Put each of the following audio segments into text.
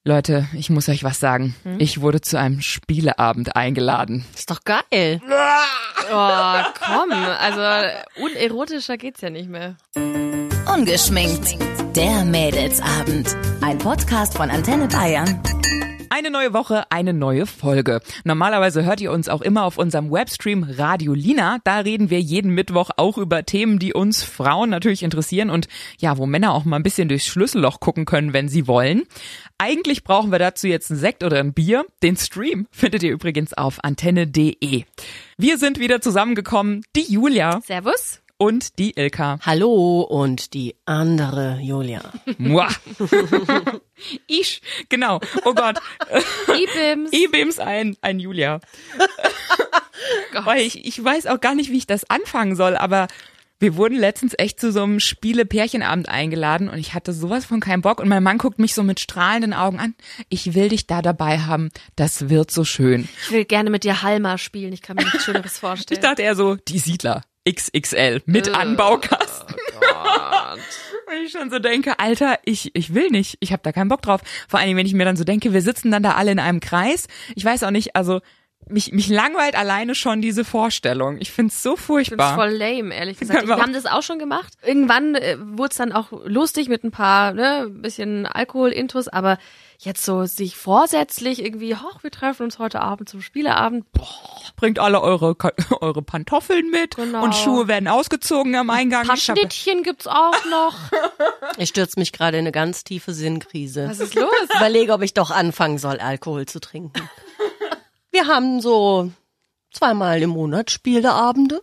Leute, ich muss euch was sagen. Ich wurde zu einem Spieleabend eingeladen. Ist doch geil. Oh, komm. Also unerotischer geht's ja nicht mehr. Ungeschminkt. Der Mädelsabend. Ein Podcast von Antenne Bayern. Eine neue Woche, eine neue Folge. Normalerweise hört ihr uns auch immer auf unserem Webstream Radio Lina. Da reden wir jeden Mittwoch auch über Themen, die uns Frauen natürlich interessieren und ja, wo Männer auch mal ein bisschen durchs Schlüsselloch gucken können, wenn sie wollen. Eigentlich brauchen wir dazu jetzt einen Sekt oder ein Bier. Den Stream findet ihr übrigens auf antenne.de. Wir sind wieder zusammengekommen, die Julia. Servus. Und die Ilka. Hallo und die andere Julia. Muah. Ich, genau. Oh Gott. Ibims ein Julia. Weil ich weiß auch gar nicht, wie ich das anfangen soll, aber wir wurden letztens echt zu so einem Spiele-Pärchenabend eingeladen und ich hatte sowas von keinen Bock und mein Mann guckt mich so mit strahlenden Augen an. Ich will dich da dabei haben, das wird so schön. Ich will gerne mit dir Halma spielen, ich kann mir nichts Schöneres vorstellen. Ich dachte eher so, die Siedler. XXL mit Anbaukasten. Oh Gott. Und ich schon so denke, Alter, ich will nicht. Ich habe da keinen Bock drauf. Vor allem, wenn ich mir dann so denke, wir sitzen dann da alle in einem Kreis. Ich weiß auch nicht, also mich langweilt alleine schon diese Vorstellung. Ich find's so furchtbar. Ich find's voll lame, ehrlich gesagt. Wir haben das auch schon gemacht. Irgendwann wurde es dann auch lustig mit ein paar, bisschen Alkohol-Intus, aber jetzt so sich vorsätzlich irgendwie, wir treffen uns heute Abend zum Spieleabend. Bringt alle eure Pantoffeln mit und Schuhe werden ausgezogen am Eingang. Ein paar Schnittchen gibt's auch noch. Ich stürze mich gerade in eine ganz tiefe Sinnkrise. Was ist los? Ich überlege, ob ich doch anfangen soll, Alkohol zu trinken. Wir haben so 2-mal im Monat Spieleabende.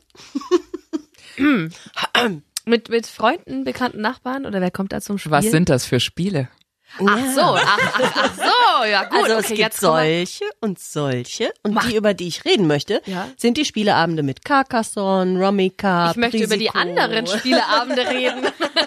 Mit Freunden, bekannten Nachbarn oder wer kommt da zum Spiel? Was sind das für Spiele? Ach so, ja gut. Also okay, es gibt jetzt solche und solche und die, über die ich reden möchte, sind die Spieleabende mit Carcassonne, Rummy Cup, Ich möchte Risiko. über die anderen Spieleabende reden.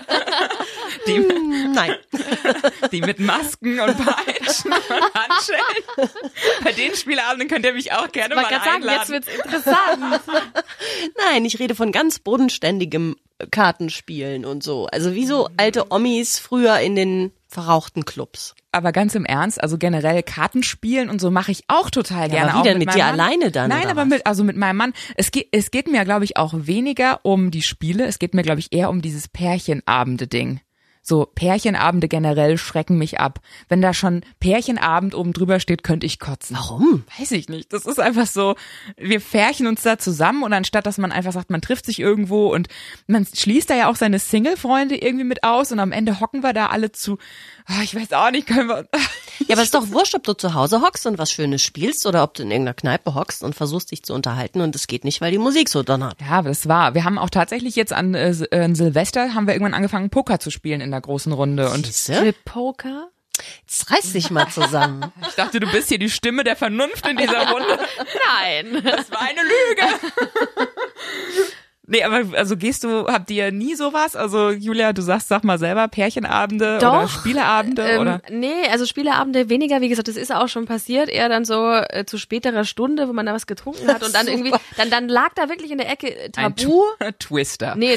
Nein. Die mit Masken und Peitschen und Handschellen. Bei den Spieleabenden könnt ihr mich auch gerne mal einladen. Jetzt wird's interessant. Nein, ich rede von ganz bodenständigem Kartenspielen und so. Also wie so alte Omis früher in den verrauchten Clubs. Aber ganz im Ernst, also generell Kartenspielen und so mache ich auch total gerne. Aber wie denn, auch mit dir alleine dann? Nein, aber mit meinem Mann. Es geht mir, glaube ich, auch weniger um die Spiele. Es geht mir, glaube ich, eher um dieses Pärchenabende-Ding. So, Pärchenabende generell schrecken mich ab. Wenn da schon Pärchenabend oben drüber steht, könnte ich kotzen. Warum? Weiß ich nicht. Das ist einfach so, wir pärchen uns da zusammen und anstatt, dass man einfach sagt, man trifft sich irgendwo und man schließt da ja auch seine Single-Freunde irgendwie mit aus und am Ende hocken wir da alle zu, ich weiß auch nicht, können wir... Ja, aber ist doch wurscht, ob du zu Hause hockst und was Schönes spielst oder ob du in irgendeiner Kneipe hockst und versuchst, dich zu unterhalten und es geht nicht, weil die Musik so donnert. Ja, aber das war. Wir haben auch tatsächlich jetzt an Silvester haben wir irgendwann angefangen, Poker zu spielen in der großen Runde. Und Poker? Jetzt reiß dich mal zusammen. Ich dachte, du bist hier die Stimme der Vernunft in dieser Runde. Nein. Das war eine Lüge. Nee, aber also habt ihr nie sowas? Also Julia, sag mal selber, Pärchenabende oder Spieleabende oder? Nee, also Spieleabende weniger, wie gesagt, das ist auch schon passiert, eher dann so zu späterer Stunde, wo man da was getrunken hat und dann irgendwie, dann lag da wirklich in der Ecke Tabu. Ein Twister. Nee,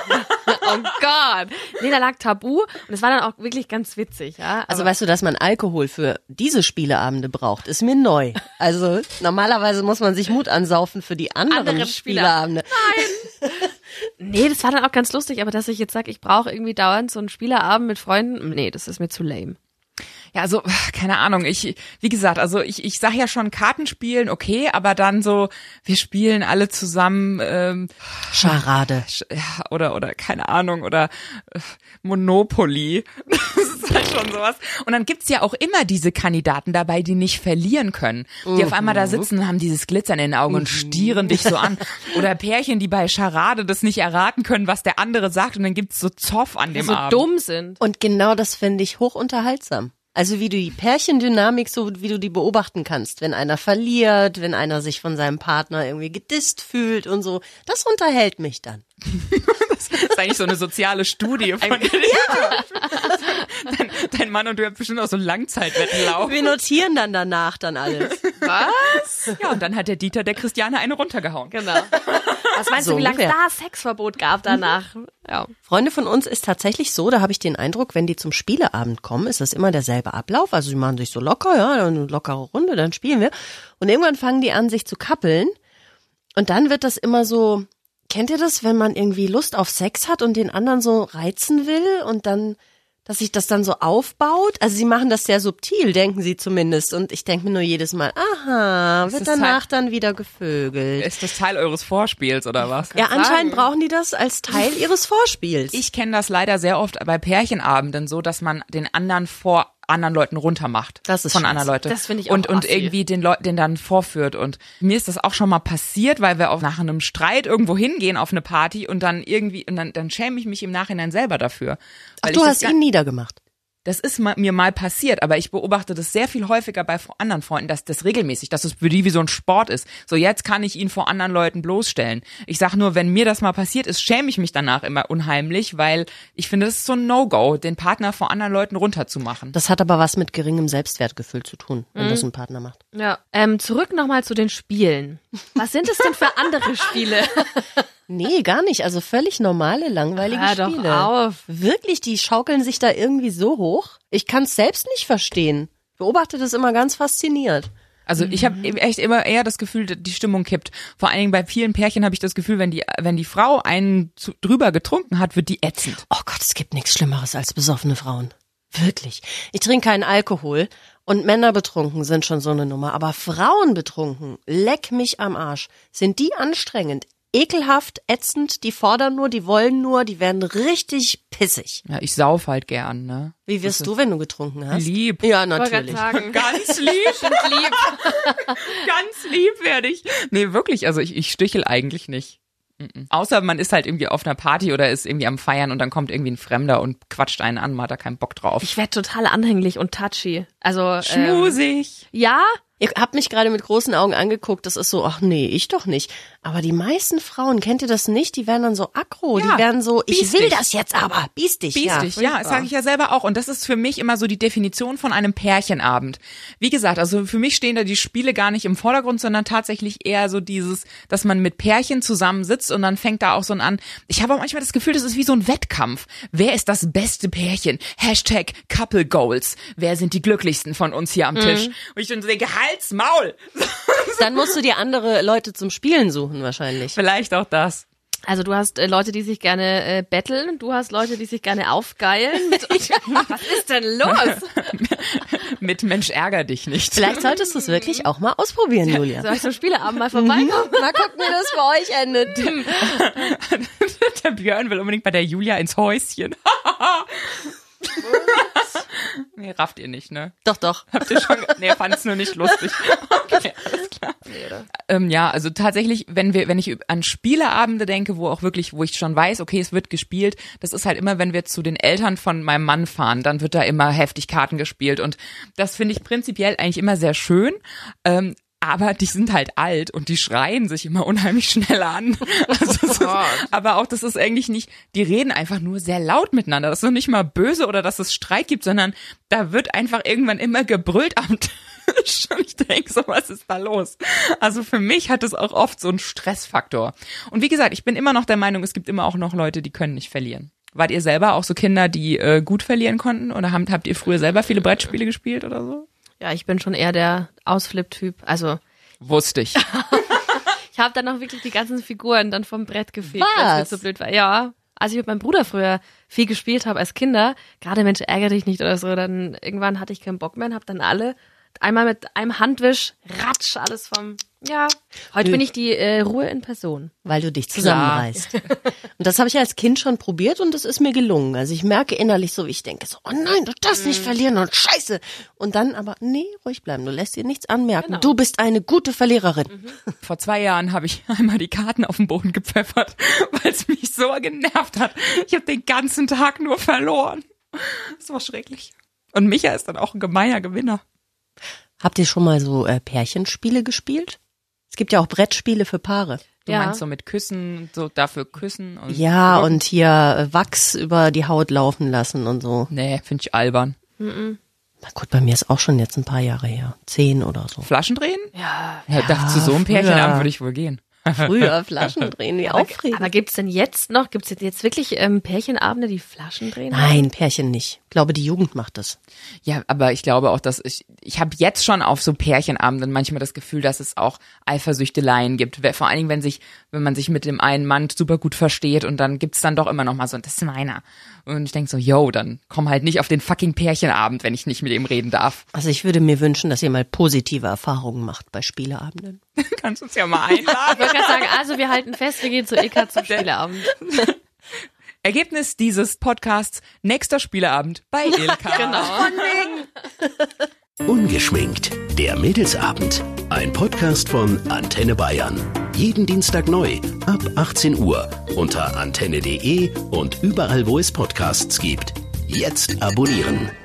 oh Gott. Nee, da lag Tabu und es war dann auch wirklich ganz witzig, ja. Also weißt du, dass man Alkohol für diese Spieleabende braucht, ist mir neu. Also normalerweise muss man sich Mut ansaufen für die anderen Spieleabende. Nein. Nee, das war dann auch ganz lustig, aber dass ich jetzt sage, ich brauche irgendwie dauernd so einen Spieleabend mit Freunden, nee, das ist mir zu lame. Ja, also, keine Ahnung, wie gesagt, also ich sag ja schon Kartenspielen, okay, aber dann so, wir spielen alle zusammen, Charade. Ja, oder keine Ahnung, oder Monopoly. Das ist halt schon sowas. Und dann gibt's ja auch immer diese Kandidaten dabei, die nicht verlieren können. Die auf einmal da sitzen und haben dieses Glitzern in den Augen und stieren dich so an. Oder Pärchen, die bei Charade das nicht erraten können, was der andere sagt und dann gibt's so Zoff an dem Abend. So dumm sind. Und genau das finde ich hochunterhaltsam. Also wie du die Pärchendynamik, so wie du die beobachten kannst, wenn einer verliert, wenn einer sich von seinem Partner irgendwie gedisst fühlt und so, das unterhält mich dann. Das ist eigentlich so eine soziale Studie von dir. Dein Mann und du habt bestimmt auch so Langzeitwetten laufen. Wir notieren dann danach alles. Was? Ja, und dann hat der Dieter der Christiane eine runtergehauen. Genau. Was meinst So du, wie lange es ungefähr. da Sexverbot gab danach? Ja. Freunde von uns ist tatsächlich so, da habe ich den Eindruck, wenn die zum Spieleabend kommen, ist das immer derselbe Ablauf. Also sie machen sich so locker, ja, eine lockere Runde, dann spielen wir. Und irgendwann fangen die an, sich zu kappeln. Und dann wird das immer so, kennt ihr das, wenn man irgendwie Lust auf Sex hat und den anderen so reizen will und dann, dass sich das dann so aufbaut? Also sie machen das sehr subtil, denken sie zumindest. Und ich denke mir nur jedes Mal, aha, wird danach dann wieder gevögelt. Ist das Teil eures Vorspiels oder was? Ja, anscheinend brauchen die das als Teil ihres Vorspiels. Ich kenne das leider sehr oft bei Pärchenabenden so, dass man den anderen vor anderen Leuten runtermacht. Das ist von scheiße. anderen Leuten. Das finde ich auch und assi. irgendwie den Leuten dann vorführt. Und mir ist das auch schon mal passiert, weil wir auch nach einem Streit irgendwo hingehen auf eine Party und dann irgendwie, und dann schäme ich mich im Nachhinein selber dafür. Ach, Weil du ich hast ihn niedergemacht. Das ist mir mal passiert, aber ich beobachte das sehr viel häufiger bei anderen Freunden, dass das regelmäßig, dass es für die wie so ein Sport ist. So, jetzt kann ich ihn vor anderen Leuten bloßstellen. Ich sag nur, wenn mir das mal passiert ist, schäme ich mich danach immer unheimlich, weil ich finde, das ist so ein No-Go, den Partner vor anderen Leuten runterzumachen. Das hat aber was mit geringem Selbstwertgefühl zu tun, wenn das ein Partner macht. Ja. Zurück nochmal zu den Spielen. Was sind es denn für andere Spiele? Nee, gar nicht. Also völlig normale, langweilige Hör doch Spiele. auf. Wirklich, die schaukeln sich da irgendwie so hoch. Ich kann es selbst nicht verstehen. Beobachte das immer ganz fasziniert. Also ich habe echt immer eher das Gefühl, die Stimmung kippt. Vor allen Dingen bei vielen Pärchen habe ich das Gefühl, wenn die Frau einen drüber getrunken hat, wird die ätzend. Oh Gott, es gibt nichts Schlimmeres als besoffene Frauen. Wirklich. Ich trinke keinen Alkohol und Männer betrunken sind schon so eine Nummer. Aber Frauen betrunken, leck mich am Arsch. Sind die anstrengend? Ekelhaft, ätzend, die fordern nur, die wollen nur, die werden richtig pissig. Ja, ich sauf halt gern, ne? Wie wirst du, wenn du getrunken hast? Lieb. Ja, Wollte natürlich. gerade sagen. Ganz lieb. Ganz lieb werde ich. Nee, wirklich, also ich stichel eigentlich nicht. Außer man ist halt irgendwie auf einer Party oder ist irgendwie am Feiern und dann kommt irgendwie ein Fremder und quatscht einen an, man hat da keinen Bock drauf. Ich werde total anhänglich und touchy. Also Schmusig. ja, Ihr habt mich gerade mit großen Augen angeguckt, das ist so, ach nee, ich doch nicht. Aber die meisten Frauen, kennt ihr das nicht? Die werden dann so aggro, Ja, die werden so, ich biestig. will das jetzt aber, biestig. Biestig, ja, das sage ich ja selber auch. Und das ist für mich immer so die Definition von einem Pärchenabend. Wie gesagt, also für mich stehen da die Spiele gar nicht im Vordergrund, sondern tatsächlich eher so dieses, dass man mit Pärchen zusammensitzt und dann fängt da auch so ein an. Ich habe auch manchmal das Gefühl, das ist wie so ein Wettkampf. Wer ist das beste Pärchen? Hashtag Couple Goals. Wer sind die glücklichsten von uns hier am Tisch? Und ich dann so denke, Hals, Maul. Dann musst du dir andere Leute zum Spielen suchen wahrscheinlich. Vielleicht auch das. also du hast Leute, die sich gerne betteln, du hast Leute, die sich gerne aufgeilen. Was ist denn los? Mit Mensch, ärger dich nicht. Vielleicht solltest du es wirklich auch mal ausprobieren, Julia. Soll ich zum Spieleabend mal vorbeikommen? Mal gucken, wie das bei euch endet. Der Björn will unbedingt bei der Julia ins Häuschen. Nee, rafft ihr nicht, ne? Doch, doch. Habt ihr schon? Nee, fand's nur nicht lustig. Okay, alles klar. Ja, also tatsächlich, wenn ich an Spieleabende denke, wo ich schon weiß, okay, es wird gespielt, das ist halt immer, wenn wir zu den Eltern von meinem Mann fahren, dann wird da immer heftig Karten gespielt und das finde ich prinzipiell eigentlich immer sehr schön. Aber die sind halt alt und die schreien sich immer unheimlich schnell an. Also aber auch, das ist eigentlich nicht, die reden einfach nur sehr laut miteinander. Das ist noch nicht mal böse oder dass es Streit gibt, sondern da wird einfach irgendwann immer gebrüllt am Tisch. Und ich denke so, was ist da los? Also für mich hat es auch oft so einen Stressfaktor. Und wie gesagt, ich bin immer noch der Meinung, es gibt immer auch noch Leute, die können nicht verlieren. Wart ihr selber auch so Kinder, die gut verlieren konnten? Oder habt ihr früher selber viele Brettspiele gespielt oder so? Ja, ich bin schon eher der Ausflip-Typ. Also Wusste ich. ich habe dann auch wirklich die ganzen Figuren dann vom Brett gefegt, Was? weil es mir so blöd war. Ja, als ich mit meinem Bruder früher viel gespielt habe als Kinder, gerade Mensch, ärgere dich nicht oder so, dann irgendwann hatte ich keinen Bock mehr und habe dann alle einmal mit einem Handwisch, ratsch, alles vom, ja. Heute bin ich die Ruhe in Person. Weil du dich zusammenreißt. Und das habe ich als Kind schon probiert und das ist mir gelungen. Also ich merke innerlich so, wie ich denke, so, oh nein, du darfst nicht verlieren und scheiße. Und dann aber, nee, ruhig bleiben, du lässt dir nichts anmerken. Genau. Du bist eine gute Verliererin. Vor 2 Jahren habe ich einmal die Karten auf den Boden gepfeffert, weil es mich so genervt hat. Ich habe den ganzen Tag nur verloren. Das war schrecklich. Und Micha ist dann auch ein gemeiner Gewinner. Habt ihr schon mal so Pärchenspiele gespielt? Es gibt ja auch Brettspiele für Paare. Du Ja. meinst so mit Küssen, so dafür küssen und Ja, und hier Wachs über die Haut laufen lassen und so. nee, finde ich albern. Na gut, bei mir ist auch schon jetzt ein paar Jahre her. 10 oder so. Flaschen drehen? Ja. Zu so einem Pärchenabend würde ich wohl gehen. Früher Flaschen drehen, wie aufregend. Aber gibt's denn jetzt wirklich Pärchenabende, die Flaschen drehen? Nein, Pärchen nicht. Ich glaube, die Jugend macht das. Ja, aber ich glaube auch, dass ich habe jetzt schon auf so Pärchenabenden manchmal das Gefühl, dass es auch Eifersüchteleien gibt. Vor allen Dingen, wenn man sich mit dem einen Mann super gut versteht und dann gibt's dann doch immer noch mal so, das ist meiner. Und ich denk so, dann komm halt nicht auf den fucking Pärchenabend, wenn ich nicht mit ihm reden darf. Also ich würde mir wünschen, dass ihr mal positive Erfahrungen macht bei Spieleabenden. Kannst uns ja mal einladen. Ich wollte gerade sagen, also wir halten fest, wir gehen zu Ilka zum Spieleabend. Ergebnis dieses Podcasts, nächster Spieleabend bei Ilka. Genau. Ungeschminkt, der Mädelsabend. Ein Podcast von Antenne Bayern. Jeden Dienstag neu, ab 18 Uhr, unter antenne.de und überall, wo es Podcasts gibt. Jetzt abonnieren.